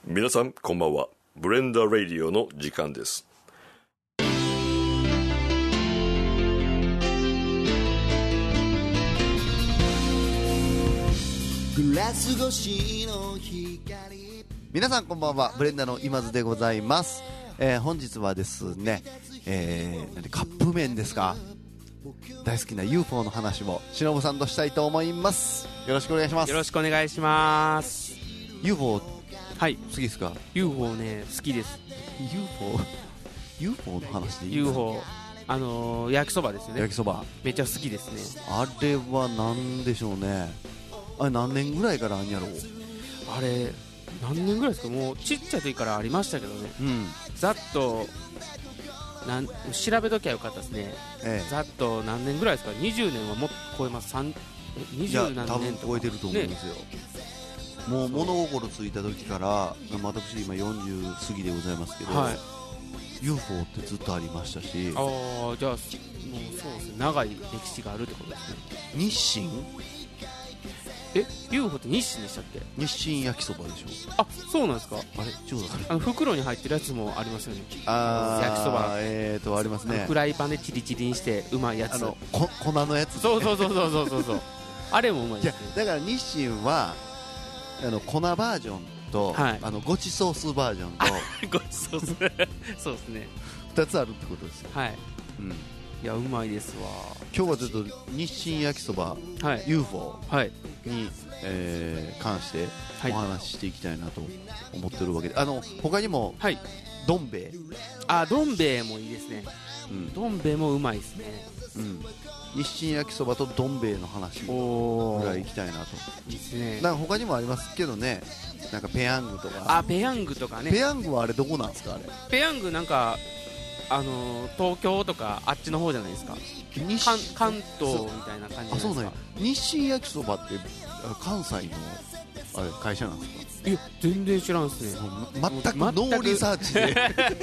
皆さんこんばんは。ブレンダーラディオの時間です。 皆さんこんばんは。ブレンダーの今津でございます。本日はですね、カップ麺ですか、大好きな UFO の話をしのぶさんとしたいと思います。よろしくお願いします。 よろしくお願いします。 UFO はい、 好きですか？ UFO ね、好きです。 UFO の話でいいですか？ UFO、焼きそばですよね。 焼きそばめっちゃ好きですね。 あれは何でしょうね。あれ何年ぐらいからあんやろう。 あれ何年ぐらいですか？もうちっちゃい時からありましたけどね、ざっと調べときゃよかったですね、ざっと何年ぐらいですか？20年はもっと超えます。20何年とか。 多分超えてると思うんですよ、ね、もう物心ついた時から、私今40過ぎでございますけど、はい、UFO ってずっとありましたし。 じゃあもうそうですね、長い歴史があるってことですね。 日清 UFO って日清でしたっけ？ 日清焼きそばでしょ。 あ、そうなんですか。 あれ違うだ袋に入ってるやつもありますよね。焼きそばありますね。 フライパンでチリチリにしてうまいやつ、 粉のやつ、ね、 そうあれもうまいですね。 だから日清は粉バージョンと、はい、ごちソースバージョンとごちソースそうですね、 2つあるってことですよ。 はい、いやうまいですわ。 今日はちょっと日清焼きそば、はい、UFO に、関してお話ししていきたいなと思ってるわけで、他にも、はい、どん兵衛。 どん兵衛もいいですね、どん兵衛もうまいですね、 日清焼きそばとどん兵衛の話ぐらいいきたいなと。 いいですね。 なんか他にもありますけどね、なんかペヤングとか。 ペヤングとかね。 ペヤングはあれどこなんですか？あれペヤングなんか東京とかあっちの方じゃないですか。関東みたいな感じじゃないですか。 そうね。日清焼きそばって関西の会社なんですか？ いや全然知らんですね。 全くノーリサーチで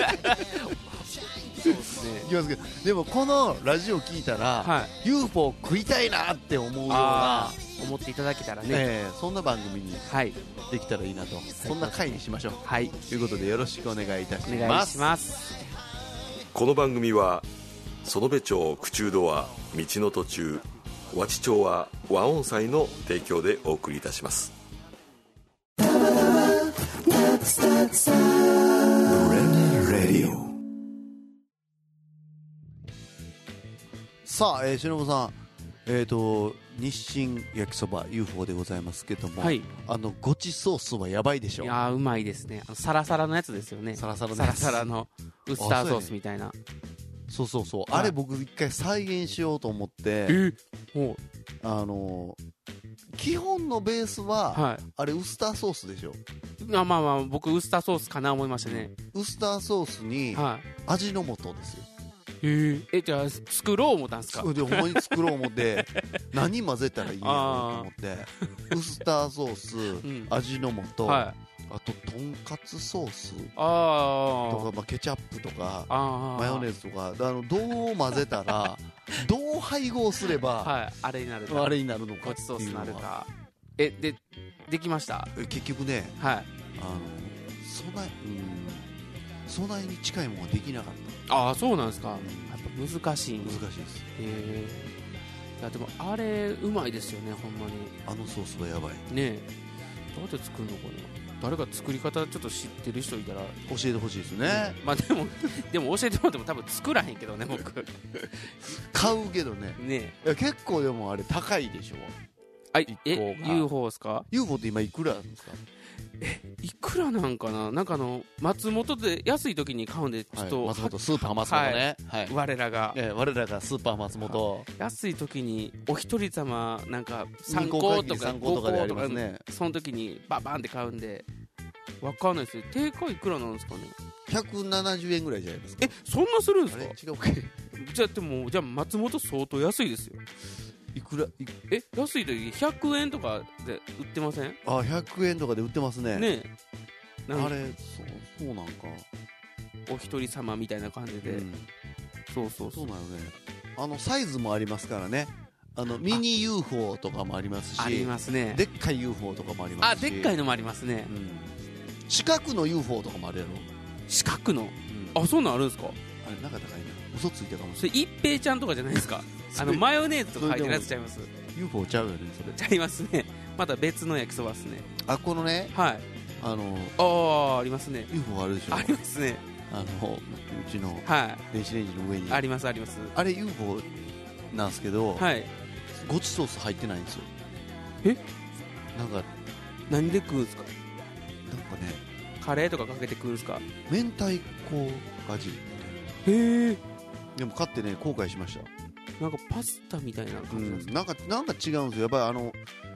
そうですね。いきますけど、でもこのラジオ聞いたら、はい、UFO 食いたいなって思うような、 思っていただけたらね、 そんな番組にできたらいいなと、そんな回にしましょう。はい、ということでよろしくお願いいたします。 お願いします。 この番組は園部町口中ドア道の途中和知町は和音祭の提供でお送りいたします。 さあ、しのぶさん、日清焼きそば UFO でございますけども、はい、ごちソースはやばいでしょ。 いやうまいですね。サラサラのやつですよね。サラサラのウスターソースみたいな。 そう、はい、あれ僕一回再現しようと思って、基本のベースは、はい、あれウスターソースでしょ。 まあ僕ウスターソースかな思いましたね。 ウスターソースに味の素ですよ。 じゃあ作ろう思ったんですか？ ほんまに作ろう思って何混ぜたらいいのと思ってウスターソース、味の素、はい、あととんかつソースとか、ケチャップとかマヨネーズとかどう混ぜたらどう配合すれば、はい、あれになるのかごちソースになるか。できました？ 結局ね、はい、備えに近いものができなかった。 そうなんですか。やっぱ難しいです。いやでもあれうまいですよね、ほんまに。 ソースはやばいね。どうやって作るのかな。誰か作り方ちょっと知ってる人いたら教えてほしいですね。 でも教えてもらっても多分作らへんけどね、僕買うけどね。いや結構でもあれ高いでしょ。 UFO ですか？ UFO って今いくらなんですか？ いくらなんかな。なんか松本で安い時に買うんで、ちょっと、 松本スーパー松本ね、 我らがスーパー松本、 安い時にお一人様なんか3個とか5個でありますね。 その時にバンって買うんでわかんないですよ。定価いくらなんですかね。 170円ぐらいじゃないですか。 そんなするんですか？ 違うか。 じゃあ松本相当安いですよ。 いくら安い時100円とかで売ってません ？100円とかで売ってますね。あれそうなんかお一人様みたいな感じで、そうなのね。サイズもありますからね。ミニ UFO とかもありますし、 ありますね。 でっかい UFO とかもありますし、 でっかいのもありますね。 四角の UFO とかもあるやろ。 四角の、あ、そんなんあるんですか。 あれなんか高いな、嘘ついてかもしれない。それ一平ちゃんとかじゃないですか。マヨネーズとか入ってるやつちゃいます。 UFO ちゃうよね、それ。 ちゃいますね。また別の焼きそばですね。 あ、このね、 はい、ありますね。 UFO あるでしょ。 ありますね。 うちの電子レンジの上にありますあります。 あれ UFO なんですけど、 はい、 ゴチソース入ってないんですよ。なんか何で食うんですか。 なんかね、 カレーとかかけて食うんですか。 明太子味。 へえ。 でも買ってね、後悔しました。 なんかパスタみたいな感じなんですか。 なんか違うんですよ。やっぱり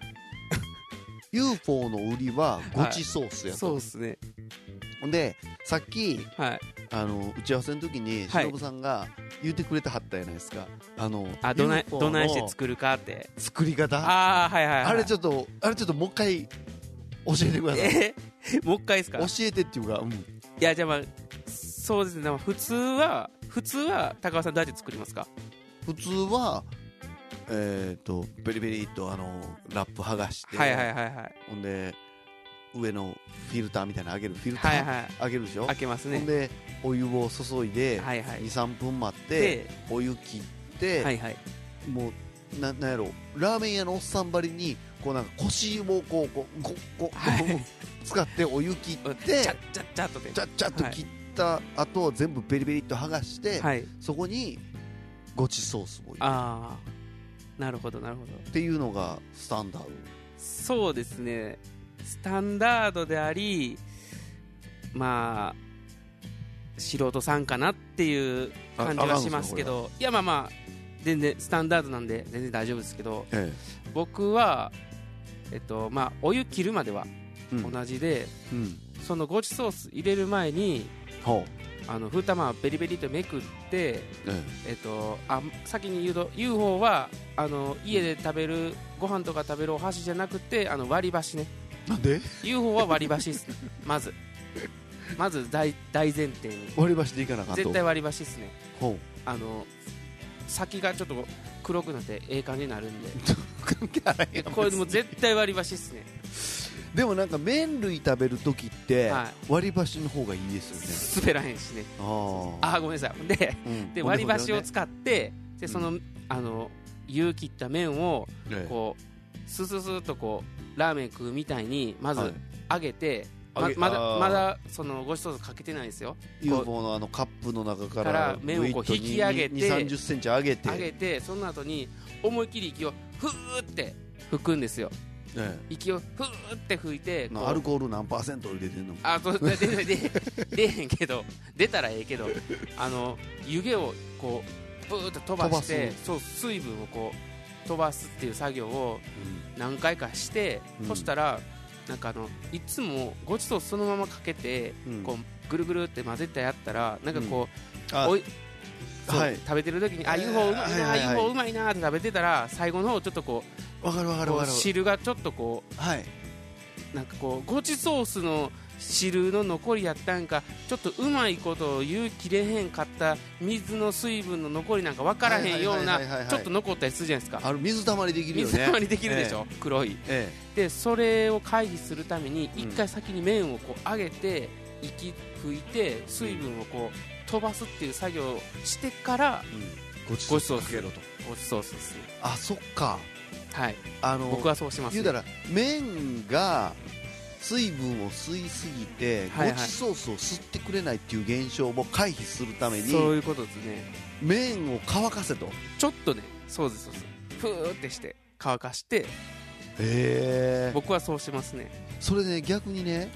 UFO の売りはゴチソースやと、 そうですね。 でさっき、 はい、 打ち合わせの時に忍さんが言ってくれてはったじゃないですか。 どないして作るかって作り方。 はいはい、はい、 あれちょっともう一回教えてください。 もう一回ですか。 教えてっていうか、 いや、じゃあまあそうですね。普通は高橋さんどうやって作りますか。 普通はベリベリっとラップ剥がして、 はいはいはいはい、 ほんで上のフィルターみたいなの開ける、フィルター開けるでしょ。 開けますね。 ほんでお湯を注いで、 はいはい、 2、3分待ってお湯切って、 はいはい、 もうなんやろ、ラーメン屋のおっさんばりにこうなんか腰をこう使ってお湯切ってチャッチャッチャッとね、 チャッチャッと切った後、全部ベリベリっと剥がして、そこにゴチソースを入れる。 ああ、なるほどなるほど。 っていうのがスタンダード。 そうですね。スタンダードであり、まあ素人さんかなっていう感じはしますけど、いやまあまあ全然スタンダードなんで全然大丈夫ですけど、僕はまあお湯切るまでは同じで、そのゴチソース入れる前に蓋まあベリベリとめくって、先に言うと UFO は家で食べるご飯とか食べるお箸じゃなくて割り箸ね。 なんで UFO は割り箸ですね。まず大前提に割り箸でいかなかった。 絶対割り箸ですね。先がちょっと黒くなってええ感じになるんで関係ないよ。 これもう絶対割り箸ですね。 でもなんか麺類食べるときって割り箸の方がいいですよね。 滑らへんしね。ごめんなさい。で割り箸を使って、でその湯切った麺をこうスススッとこうラーメン食うみたいにまず揚げて、まだそのごちそうかけてないですよ。 UFO のカップの中から麺をこう引き上げて 2、30センチ上げて、その後に思いっきり息をふーって吹くんですよ。息をふーって吹いて、 アルコール何%入れてんの。 出へんけど、出たらええけど、湯気をこうブーッと飛ばして、そう水分をこう飛ばすっていう作業を何回かして、そしたらなんかいつもごちそうそのままかけて、こうぐるぐるって混ぜてやったら、なんかこう、食べてる時にUFO うまいな、UFO うまいなって食べてたら、最後の方ちょっとこうわかる汁がちょっとこう、なんかこうごちソースの汁の残りやったんか、ちょっとうまいことを言うきれへんかった水の水分の残りなんか分からへんような、ちょっと残ったりするじゃないですか。 水たまりできるよね。 水たまりできるでしょ、黒い。でそれを回避するために一回先に麺をこう揚げて息吹いて水分をこう飛ばすっていう作業をしてから、 ごちそうかけろと。 ごちソースですね。 そっか。 はい、僕はそうしますね。 言うたら麺が水分を吸いすぎて、ごちソースを吸ってくれないっていう現象も回避するために、 そういうことですね。 麺を乾かせと。 ちょっとね、そうですふーってして乾かして、僕はそうしますね。 それでね、逆にね、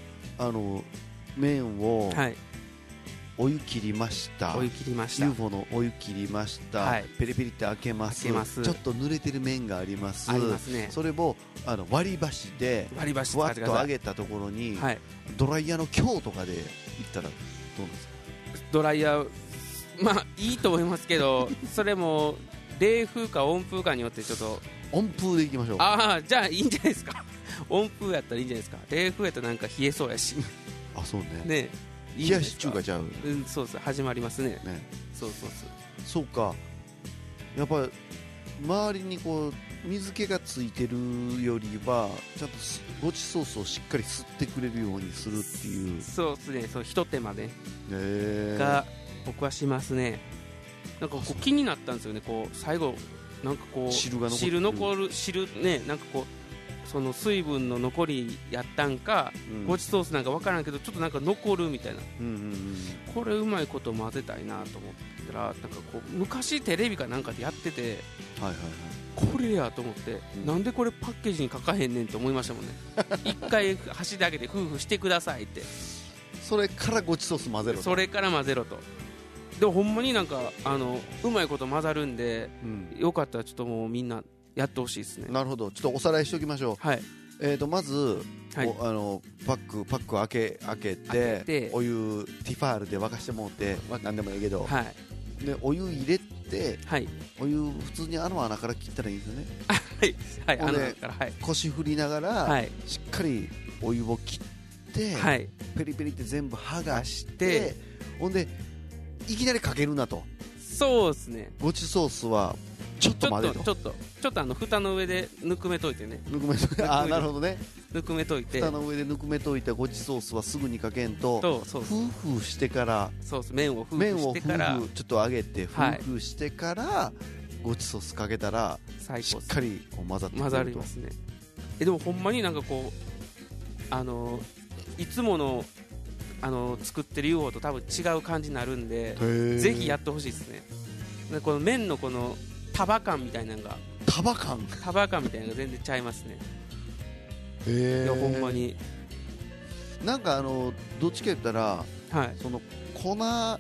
麺をお湯切りました、UFO のお湯切りました、ペリペリって開けます、ちょっと濡れてる麺があります、それを割り箸でふわっと揚げたところに、ドライヤーの強とかでいったらどうなんですか。 ドライヤー、まあいいと思いますけどそれも冷風か温風かによってちょっと。 温風でいきましょう。 じゃあいいんじゃないですか。温風やったらいいんじゃないですか。冷風やったらなんか冷えそうやしそうね。冷やし中華ちゃう。 そうです、始まりますね。 そうか。やっぱり周りにこう水気がついてるよりはちゃんとごちソースをしっかり吸ってくれるようにするっていう。 そうですね、そう一手間ね、が僕はしますね。なんかこう気になったんですよね、こう最後なんかこう汁残る汁ね、なんかこうその水分の残りやったんか、ごちソースなんか分からんけどちょっとなんか残るみたいな、これうまいこと混ぜたいなと思ったら、なんかこう昔テレビかなんかでやってて、これやと思って、なんでこれパッケージに書かへんねんと思いましたもんね。一回箸だけで夫婦してくださいって。 それからごちソース混ぜろと。 それから混ぜろと。でもほんまになんかうまいこと混ざるんで、よかったらちょっともうみんなやってほしいですね。 なるほど、ちょっとおさらいしておきましょう。 はい。 まず、パック開けてお湯ティファールで沸かしてもらって、何でもいいけど、でお湯入れて、お湯普通に穴から切ったらいいんですよね。 はいはい、穴から、 腰振りながら、しっかりお湯を切って、ペリペリって全部剥がして、ほんでいきなりかけるなと。 そうですね。 ごちソースはちょっと待てと。 ちょっと蓋の上でぬくめといてね。 ああ、なるほどね。 ぬくめといて、 蓋の上でぬくめといたごちソースはすぐにかけんと、フーフーしてから、 そうです、麺をフーフーしてから、 ちょっと上げてフーフーしてからごちソースかけたらしっかりこう混ざってくると。 混ざりますね。でもほんまになんかこういつもの作ってる UFO と多分違う感じになるんで、ぜひやってほしいですね。この麺のこの束感みたいなのが、 束感みたいなのが全然ちゃいますね。 いやほんまになんかどっちか言ったら、その粉バ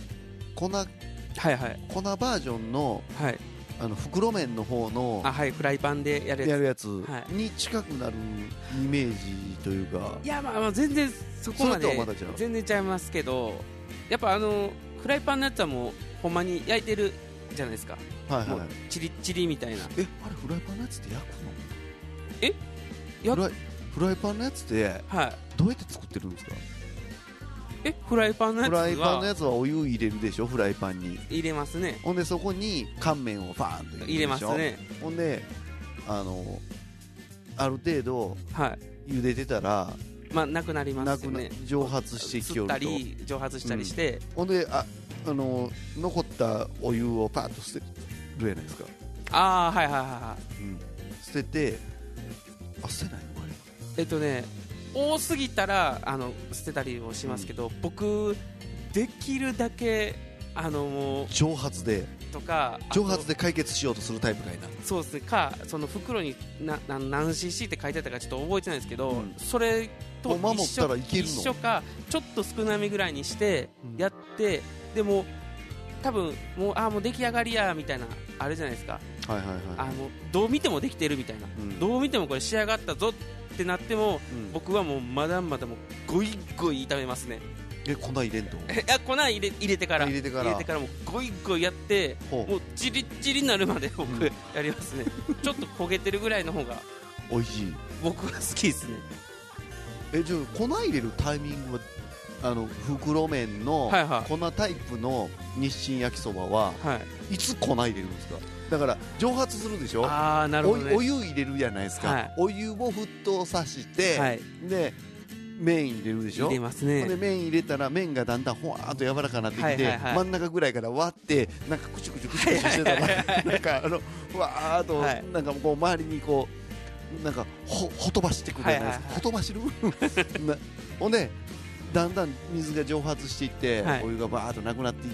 ージョンの、袋麺の方のフライパンでやるやつに近くなるイメージというか。 いや、まあ全然そこまで全然ちゃいますけど、やっぱフライパンのやつはもうほんまに焼いてるじゃないですか。チリッチリみたいな。 あれフライパンのやつって焼くの？フライパンのやつってどうやって作ってるんですか？ フライパンのやつはお湯入れるでしょ。フライパンに入れますね。 ほんでそこに乾麺をファーンと入れますね。 ほんである程度茹でてたら、 なくなりますよね。 蒸発してきよると。 蒸発したりして、 ほんで残ったお湯をパーッと捨てるじゃないですか。捨てて、捨てないの？ 多すぎたら捨てたりもしますけど、僕できるだけもう蒸発で解決しようとするタイプがいいな。 そうですね。その袋に何 cc って書いてあったかちょっと覚えてないですけど、それと一緒かちょっと少なめぐらいにしてやって、でも多分もう出来上がりやみたいなあれじゃないですか。どう見てもできてるみたいな、どう見てもこれ仕上がったぞってなっても、僕はもうまだまだもうゴイゴイ炒めますね。 粉入れんと？ 粉入れてからもうゴイゴイやって、もうチリッチリになるまで僕やりますね。ちょっと焦げてるぐらいの方が美味しい。 僕は好きですね。 じゃあ粉入れるタイミングは袋麺の粉タイプの日清焼きそばはいつ粉入れるんですか？だから蒸発するでしょ。 なるほどね。 お湯入れるじゃないですか。お湯を沸騰させて、で麺入れるでしょ。 入れますね。 で麺入れたら麺がだんだんほわーっと柔らかになってきて、真ん中ぐらいから割ってなんかクチュクチュしてたらなんかふわーっとなんかこう周りにこうなんかほとばしってくるじゃないですか。ほとばしるほんでだんだん水が蒸発していって、お湯がバーッとなくなっていった、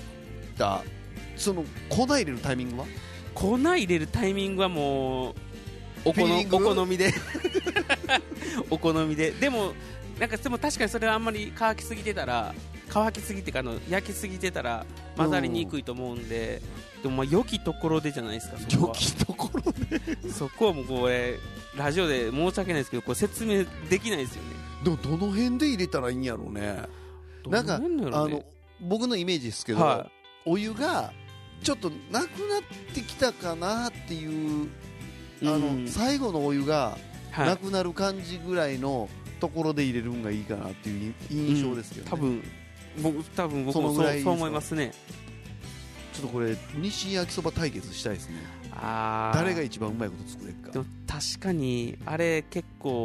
その粉入れるタイミングは？ 粉入れるタイミングはもうお好みでお好みで。でも確かにそれはあんまり乾きすぎてから焼きすぎてたら混ざりにくいと思うんで、でも良きところでじゃないですか。 良きところでそこはもうこれラジオで申し訳ないですけど、これ説明できないですよね。 でもどの辺で入れたらいいんやろうね。なんか僕のイメージですけど、お湯がちょっとなくなってきたかなっていう、最後のお湯がなくなる感じぐらいのところで入れるんがいいかなっていう印象ですけどね。 多分僕もそう思いますね。 ちょっとこれ日清焼きそば対決したいですね。誰が一番うまいこと作れるか。 でも確かにあれ結構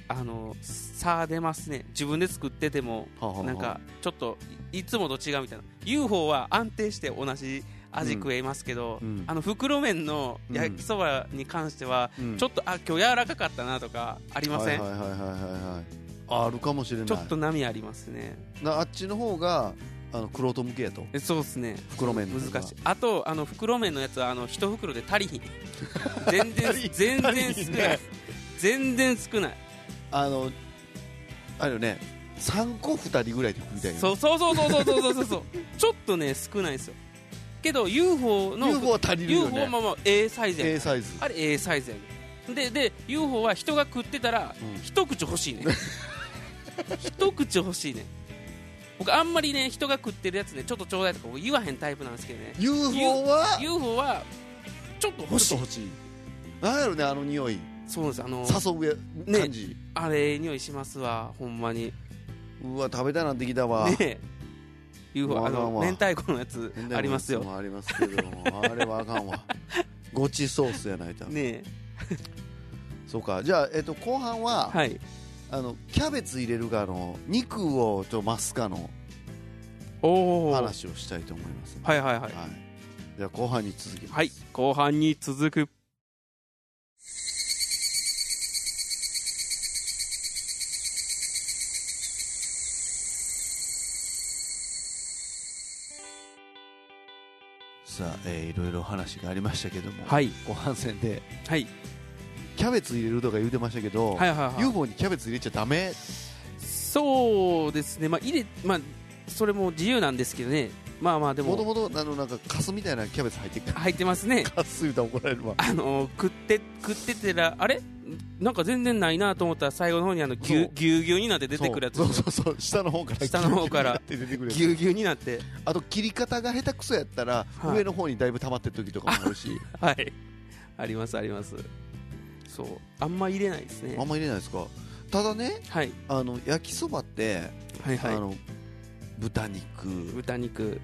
差出ますね。自分で作っててもなんかちょっといつもと違うみたいな。 UFO は安定して同じ味食えますけど、袋麺の焼きそばに関しては、ちょっと今日柔らかかったなとかありません？ あるかもしれない。 ちょっと波ありますね。 あっちの方が玄人向けやと。 そうですね。 袋麺の難しい。あと袋麺のやつは一袋で足りひん。全然少ない。全然少ない。あれよね、3個2人ぐらいで食いたいよね。 そうちょっとね少ないですよ。けど UFO は足りるよね。 UFO はA サイズやね。 A サイズ。 あれ A サイズやね。で UFO は人が食ってたら、一口欲しいね。一口欲しいね。僕あんまりね人が食ってるやつねちょっとちょうだいとか言わへんタイプなんですけどね。 UFO はちょっと欲しい。 なんやろね、あの匂い。 そうです。 誘う感じ、 あれ匂いしますわ、ほんまに。 うわ、食べたなってきたわね。UFO 明太子のやつありますよ。 ありますけどあれはあかんわ。ごちソースやないとね。 そうか。じゃあ、後半は、 はい、 キャベツ入れるか肉を増すかの話をしたいと思います、ね。 はいはいはい。 じゃあ後半に続きます。 はい、後半に続く。 さあ、いろいろ話がありましたけども、 はい、 後半戦で、 はい、 キャベツ入れるとか言うてましたけど、UFO にキャベツ入れちゃダメ。 そうですね。それも自由なんですけどね。でももともとなんかカスみたいなキャベツ入ってますね。 カス言うたら怒られるわ。 食っててらあれなんか全然ないなと思ったら最後の方にぎゅうぎゅうになって出てくるやつ。 そう下の方からぎゅうぎゅうになって。 あと切り方が下手くそやったら、上の方にだいぶ溜まってる時とかもあるし。 はい、ありますあります。そう、あんま入れないですね。 あんま入れないですか。ただね、 はい、 焼きそばって、 はいはい、 豚肉、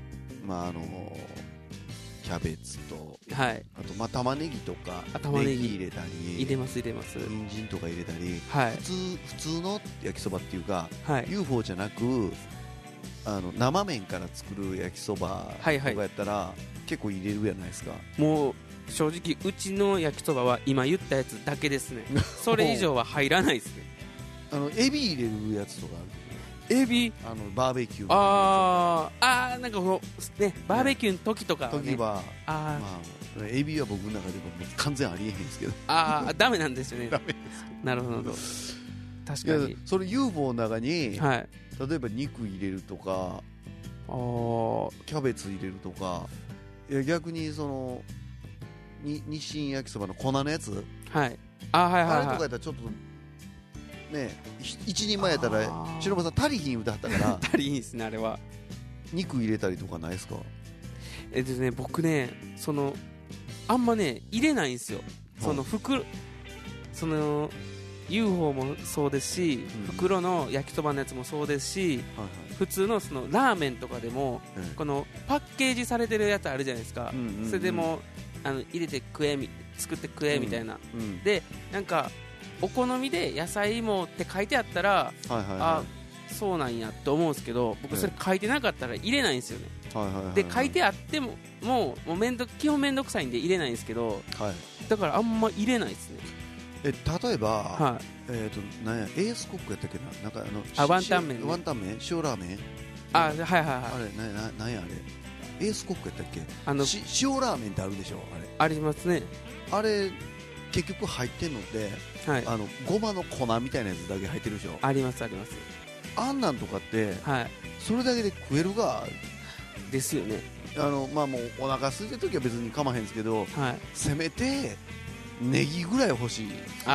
キャベツと、 はい、 あと玉ねぎとかネギ入れたり、 入れます人参とか入れたり、 はい、 普通の焼きそばっていうか、 はい、 UFO じゃなく生麺から作る焼きそばとかやったら、結構入れるじゃないですか。 もう正直うちの焼きそばは今言ったやつだけですね。それ以上は入らないですね。 エビ入れるやつとかある。 エビ、 バーベキューなんかね、バーベキューの時とかはね、 時はエビは僕の中でも完全ありえへんですけど、 ダメなんですよね。 ダメです。 なるほど。確かにそれ UFO の中に、 はい、 例えば肉入れるとか、キャベツ入れるとか、逆に日清焼きそばの粉のやつ、 はい、 あれとかやったらちょっとね、一人前やったら白間さん足りひん歌ったから足りひんですね。あれは肉入れたりとかないですか？ 僕ね、あんまね入れないんですよ。UFO もそうですし、袋の焼きそばのやつもそうですし、普通のラーメンとかでも、このパッケージされてるやつあるじゃないですか。それでも入れて作って食えみたいな、でなんかお好みで野菜もって書いてあったら、そうなんやって思うんですけど、僕それ書いてなかったら入れないんですよね。で書いてあってももう基本めんどくさいんで入れないんですけど、だからあんま入れないですね。 例えば、なんやエースコックやったっけな、なんかワンタン麺、 塩ラーメン、 あれなんやエースコックやったっけ、塩ラーメンってあるでしょ。 ありますね。 あれ結局入ってんので、ごまの粉みたいなやつだけ入ってるでしょ。 ありますあんなんとかって、それだけで食えるがですよね。 もうお腹空いてる時は別に構へんですけど、せめてネギぐらい欲しい。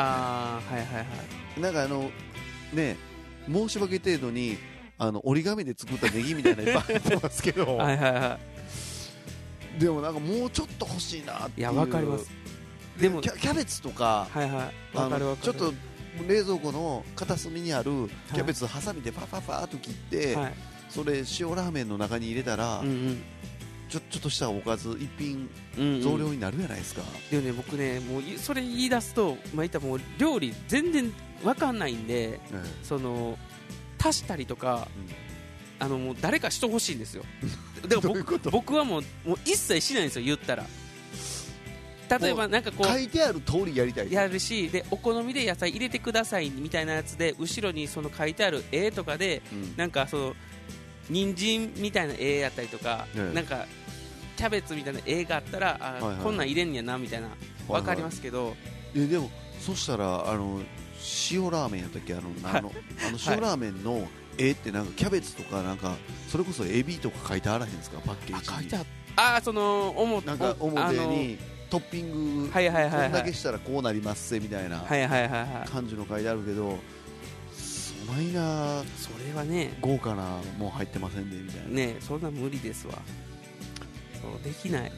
なんかね、申し訳程度に折り紙で作ったネギみたいなのいっぱい入ってますけどでもなんかもうちょっと欲しいなっていう。 いや、わかります。 でもキャベツとか、ちょっと冷蔵庫の片隅にあるキャベツハサミでパパパーっと切って、それ塩ラーメンの中に入れたら、ちょっとしたおかず一品増量になるじゃないですか。 でもね、僕ね、もうそれ言い出すと、言ったらもう料理全然分かんないんで、その足したりとか、もう誰かしてほしいんですよでも僕はもう一切しないんですよ、言ったら。例えばなんかこう書いてある通りやりたい、 やるし、でお好みで野菜入れてくださいみたいなやつで、後ろにその書いてある絵とかで、なんかその人参みたいな絵やったりとか、なんかキャベツみたいな絵があったら、こんなん入れんやなみたいな分かりますけど、 でもそしたら塩ラーメンやったっけ、塩ラーメンの絵ってなんかキャベツとかなんかそれこそエビとか書いてあらへんですか、パッケージに。 書いてあそのなんか表にトッピングこんだけしたらこうなりますせみたいな感じの書いてあるけど、そないな、 それはね豪華なもう入ってませんでみたいなね、そんな無理ですわ。そうできない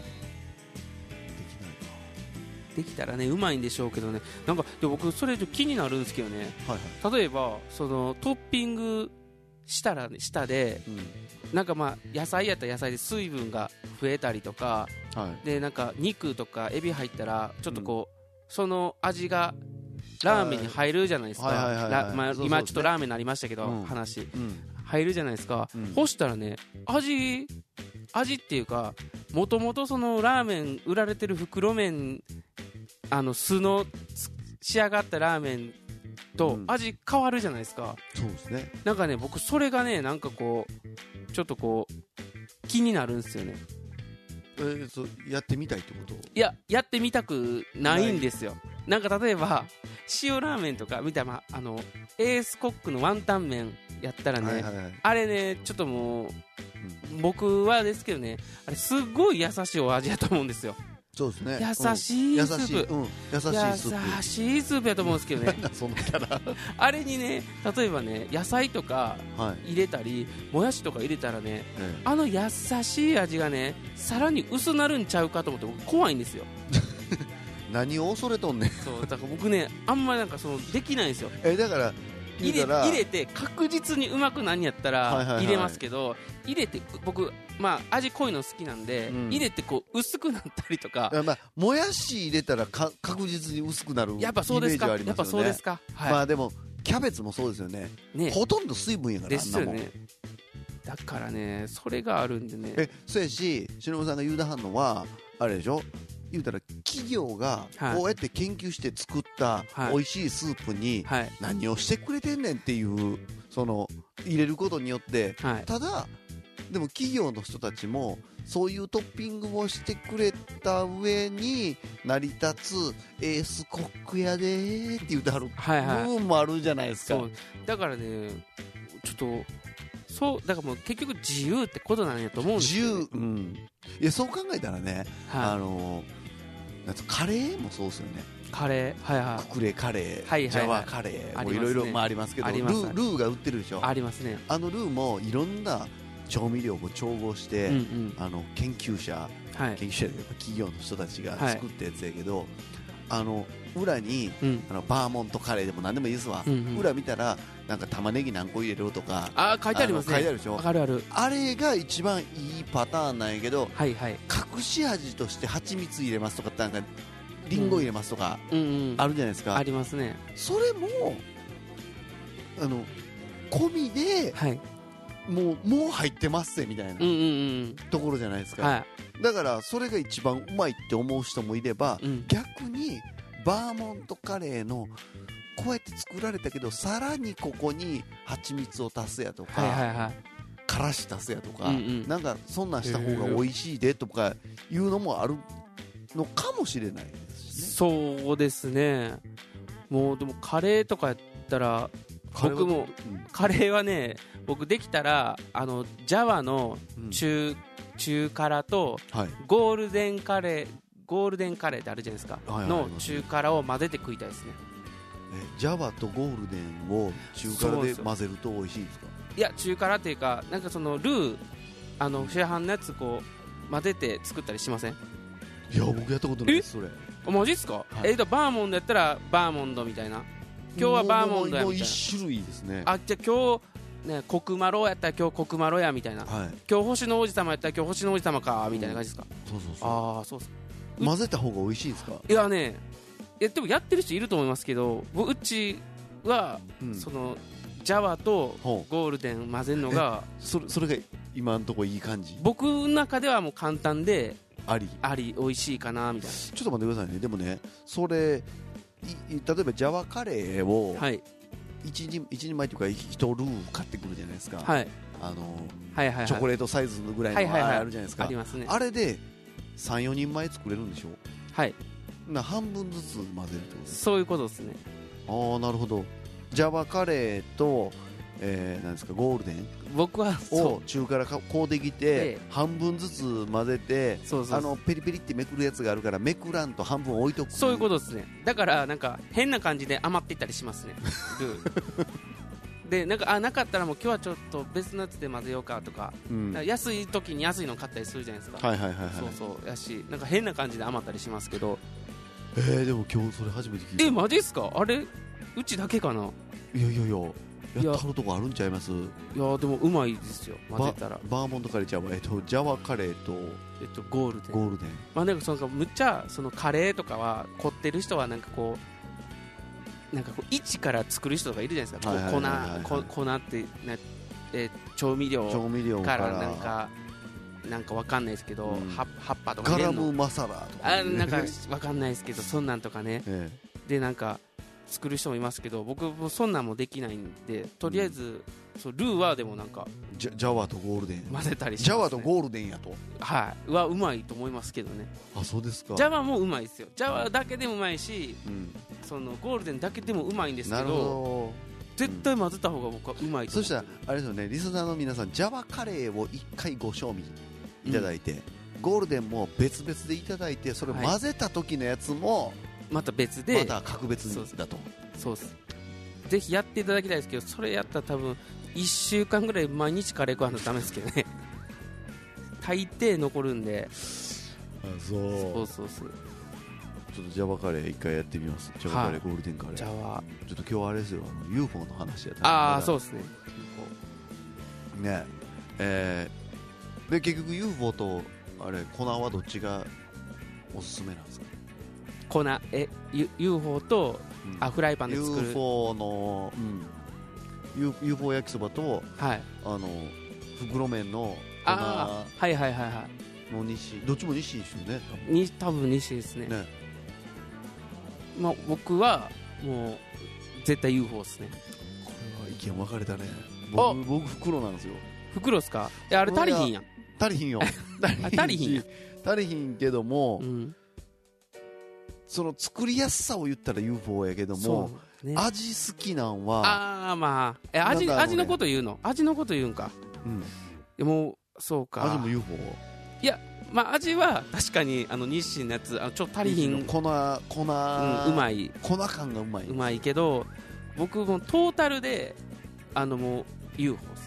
できたらねうまいんでしょうけどね。なんかで僕それ気になるんですけどね、例えばそのトッピングしたで、なんかまあ野菜やったら野菜で水分が増えたりとか、でなんか肉とかエビ入ったらちょっとこう、その味がラーメンに入るじゃないですか。今ちょっとラーメンになりましたけど、話入るじゃないですか。干したらね味っていうか、もともとそのラーメン売られてる袋麺、酢の仕上がったラーメンと味変わるじゃないですか。 そうですね。 なんかね僕それがねなんかこうちょっとこう気になるんですよね。 やってみたいってこと？ いや、やってみたくないんですよ。なんか例えば塩ラーメンとか見たら、エースコックのワンタン麺やったらね、あれねちょっともう、僕はですけどね、あれすごい優しいお味やと思うんですよ。 そうですね。 優しいスープ、優しいスープやと思うんですけどねそのキャラあれにね、例えばね野菜とか入れたり、もやしとか入れたらね、優しい味がねさらに薄なるんちゃうかと思って僕怖いんですよ何を恐れとんねん。 そうだから僕ねあんまりなんかできないんですよ。 だから入れて確実にうまくなんやったら入れますけど、入れて僕味濃いの好きなんで、入れてこう薄くなったりとか、 もやし入れたら確実に薄くなるイメージはありますよね。 やっぱそうですか。 でもキャベツもそうですよね。ほとんど水分やからですよね。だからねそれがあるんでね。 そうやし、忍さんが言うだはんのはあれでしょ、言うたら企業がこうやって研究して作った美味しいスープに何をしてくれてんねんっていう、その入れることによって、ただでも企業の人たちもそういうトッピングをしてくれた上に成り立つエースコックやでーって言うてはる部分もあるじゃないですか。 そうだからねちょっとそうだからもう結局自由ってことなんやと思うんですよ、ね、 いやそう考えたらね、カレーもそうですよね。 カレー、 ククレカレー、ジャワカレーもいろいろありますけど、ルーが売ってるでしょ。 ありますね。 ルーもいろんな調味料を調合して、研究者企業の人たちが作ったやつやけど、裏に、バーモントカレーでも何でもいいですわ、裏見たらなんか玉ねぎ何個入れるとか書いてありますね。 書いてあるでしょ。 あれが一番いいパターンなんやけど、隠し味として蜂蜜入れますとかなんかリンゴ入れますとかあるじゃないですか。 ありますね。 それも込みで、もう入ってますぜみたいなところじゃないですか、だからそれが一番うまいって思う人もいれば、逆にバーモントカレーのこうやって作られたけどさらにここに蜂蜜を足すやとか、からし足すやとか、なんかそんなんした方が美味しいでとかいうのもあるのかもしれないですね。そうですね。もうでもカレーとかやったら僕もカレーはね、僕できたらジャワの中辛とゴールデンカレーってあるじゃないですか、の中辛を混ぜて食いたいですね。 ジャワとゴールデンを中辛で混ぜると美味しいですか？ いや中辛っていうか、なんかそのルー市販のやつこう混ぜて作ったりしません？ いや僕やったことないですそれ。 マジっすか？バーモンドやったらバーモンドみたいな、今日はバーモンドやみたいな。もう一種類ですね。 じゃあ今日ねコクマロやったら今日コクマロやみたいな、今日星の王子様やったら今日星の王子様かみたいな感じですか？そうそう。 混ぜた方が美味しいですか？ いやね、でもやってる人いると思いますけど、うちは、そのジャワとゴールデン混ぜるのがそれが今のところいい感じ。 僕の中ではもう簡単であり美味しいかなみたいな。 ちょっと待ってくださいね。でもね、それ例えばジャワカレーを一人前というか1ルー買ってくるじゃないですか、はい、チョコレートサイズぐらいのあるじゃないですか、 ありますね。 あれで 3,4 人前作れるんでしょ。 はい。 半分ずつ混ぜるってことですか。 そういうことですね。 ああ、なるほど。ジャワカレーと、なんですか、ゴールデン僕はを中からこうできて、半分ずつ混ぜて、ペリペリってめくるやつがあるからめくらんと半分置いとく。 そういうことですね。だからなんか変な感じで余っていったりしますねルーでなんかなかったらもう今日はちょっと別のやつで混ぜようかとか、安い時に安いの買ったりするじゃないですか。そうやし、なんか変な感じで余ったりしますけど。 でも今日それ初めて聞いた。 マジですか。あれうちだけかな。 いややったるとこあるんちゃいます。いやでもうまいですよ、混ぜたら。 バーモントカレーちゃうわ、ジャワカレーと、 ゴールデン。まあなんかそのむっちゃそのカレーとかは凝ってる人はなんかこう一から作る人とかいるじゃないですか。粉って調味料からなんかわかんないですけど、葉っぱとかガラムマサラとかなんかわかんないですけど、そんなんとかね、でなんか作る人もいますけど、僕もそんなんもできないんで、とりあえずルーはでもなんかジャワとゴールデン混ぜたりして、 ジャワとゴールデンやと、 うまいと思いますけどね。 あ、そうですか。 ジャワもうまいですよ。ジャワだけでもうまいし、そのゴールデンだけでもうまいんですけど、絶対混ぜた方が僕はうまいと思う。 そしたらあれですよね、リスナーの皆さん、ジャワカレーを1回ご賞味いただいて、ゴールデンも別々でいただいて、それを混ぜた時のやつもまた別で、 また格別だと。 そうです。ぜひやっていただきたいですけど、それやったら多分1週間ぐらい毎日カレー食わないとダメですけどね大抵残るんで。そうちょっとジャワカレー1回やってみます。ジャワカレー、ゴールデンカレー。 ジャワちょっと今日はあれですよ、UFO の話やった。 そうですね。で結局 UFO とあれ粉はどっちがおすすめなんですか。 粉UFO とフライパンで作る UFO の、UFO 焼きそばと、袋麺の粉の西、どっちも西ですよね。 多分西ですね。僕はもう絶対 UFO ですね。 これは意見分かれたね。僕袋なんですよ。 袋ですか。あれ足りひんやん。 足りひんよ足りひんけども、その作りやすさを言ったら UFO やけども、味好きなんは味のこと言うの。味のこと言うんか。もうそうか。 味も UFO。 いや、味は確かに日清のやつちょっと足りひん。 粉うまい。 粉感がうまいけど、僕もトータルでもう UFO です。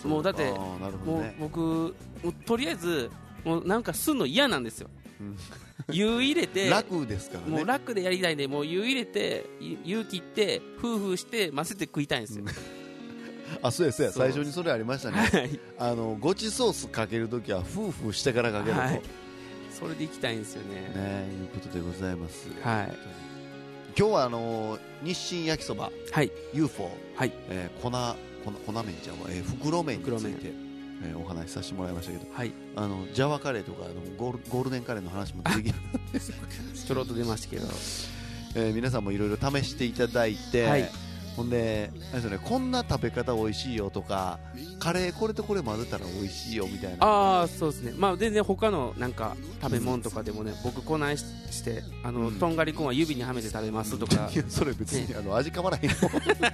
もうだって、もう僕とりあえずもうなんかすんの嫌なんですよ。湯入れて楽ですからね。 もう楽でやりたいんで、もう湯入れて湯切ってフーフーして混ぜて食いたいんですよ。 そうや最初にそれありましたね。ごちソースかけるときはフーフーしてからかけると、 それでいきたいんですよね。 いうことでございます。 今日は日清焼きそば UFO、粉麺ちゃんは袋麺についてお話しさせてもらいましたけど、ジャワカレーとかゴールデンカレーの話も出てきちょろっと出ましたけど、 皆さんもいろいろ試していただいて、ほんでこんな食べ方美味しいよとか、カレーこれとこれ混ぜたら美味しいよみたいな。 そうですね。全然他のなんか食べ物とかでもね、僕こないしてとんがりコーンは指にはめて食べますとか。 それ別に味変わらへんよ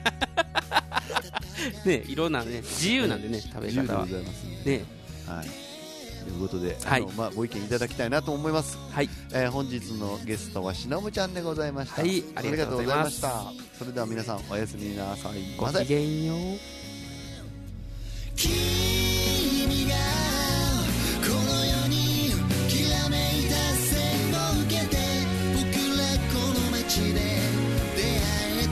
ね、いろんなね自由なんでね、食べ方は。 ということで、ご意見いただきたいなと思います。本日のゲストはしのぶちゃんでございました。 ありがとうございました。 それでは皆さんおやすみなさい。 ごきげんよう。 君がこの世にきらめいた線を受けて、僕らこの街で出会え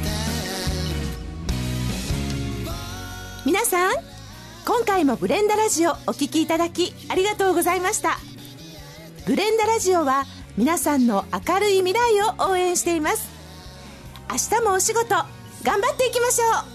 た。 皆さん、今回もブレンダラジオお聞きいただきありがとうございました。ブレンダラジオは皆さんの明るい未来を応援しています。明日もお仕事頑張っていきましょう。